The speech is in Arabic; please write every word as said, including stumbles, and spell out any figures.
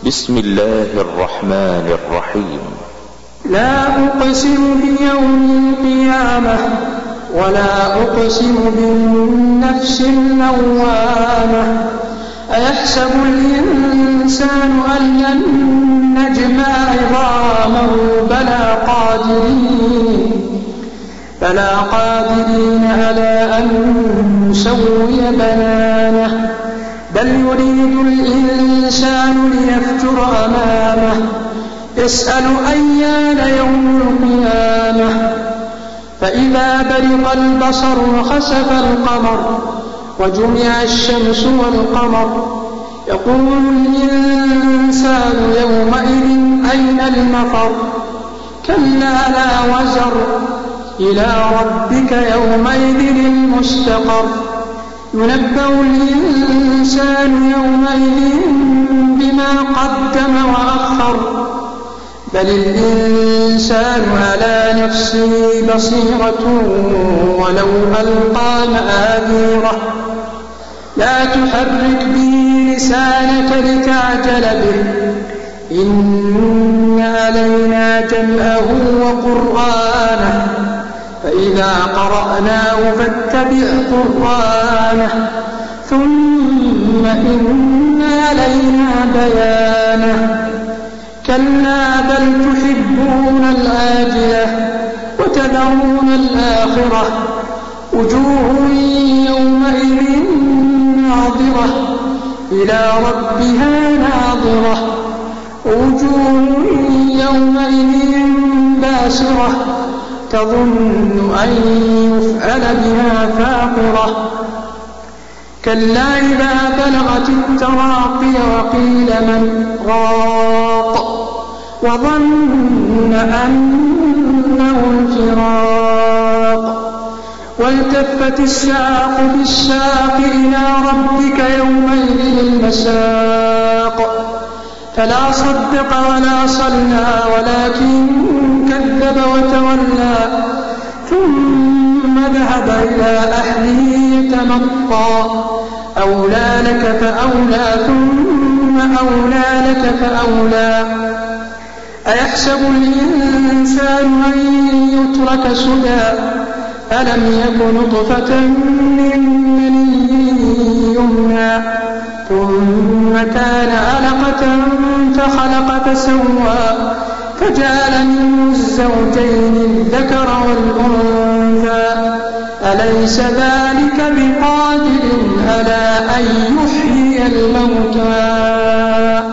بسم الله الرحمن الرحيم. لا أقسم بيوم القيامة ولا أقسم بالنفس اللوامة أيحسب الإنسان أن لن نجمع عظامه بلى قادرين بلى قادرين على أن نسوي بنانه بل يريد الإنسان ليفجر أمامه يسأل أيان يوم القيامة فإذا برق البصر وخسف القمر وجمع الشمس والقمر يقول الإنسان يومئذ أين المفر كلا لا وزر إلى ربك يومئذ المستقر ينبأ الإنسان يومئذ بما قدم وأخر بل الإنسان على نفسه بصيرة ولو ألقى مآذيره لا تحرك به لسانك لتعجل به إن علينا جمعه وقرآنه فإذا قرأناه فاتبع قرآنه ثم إن علينا بيانه كلا بل تحبون الآجلة وتذرون الآخرة وجوه يومئذ ناظرة إلى ربها ناظرة وجوه يومئذ باسرة تظن أن يفعل بها فاقرة كلا إذا بلغت التراقي وقيل من راق وظن أنه الفراق والتفت الساق بالساق إلى ربك يومئذ المساق فلا صدق ولا صلى ولكن كذب وتولى ثم ذهب إلى أهله يتمطى أولى لك فأولى ثم أولى لك فأولى أيحسب الإنسان أن يترك سدى ألم يك نطفة من مني يمنى ثم كان علقة فخلق فسوى فجعل منه الزوجين الذكر والأنثى أليس ذلك بقادر على أن يحيي الموتى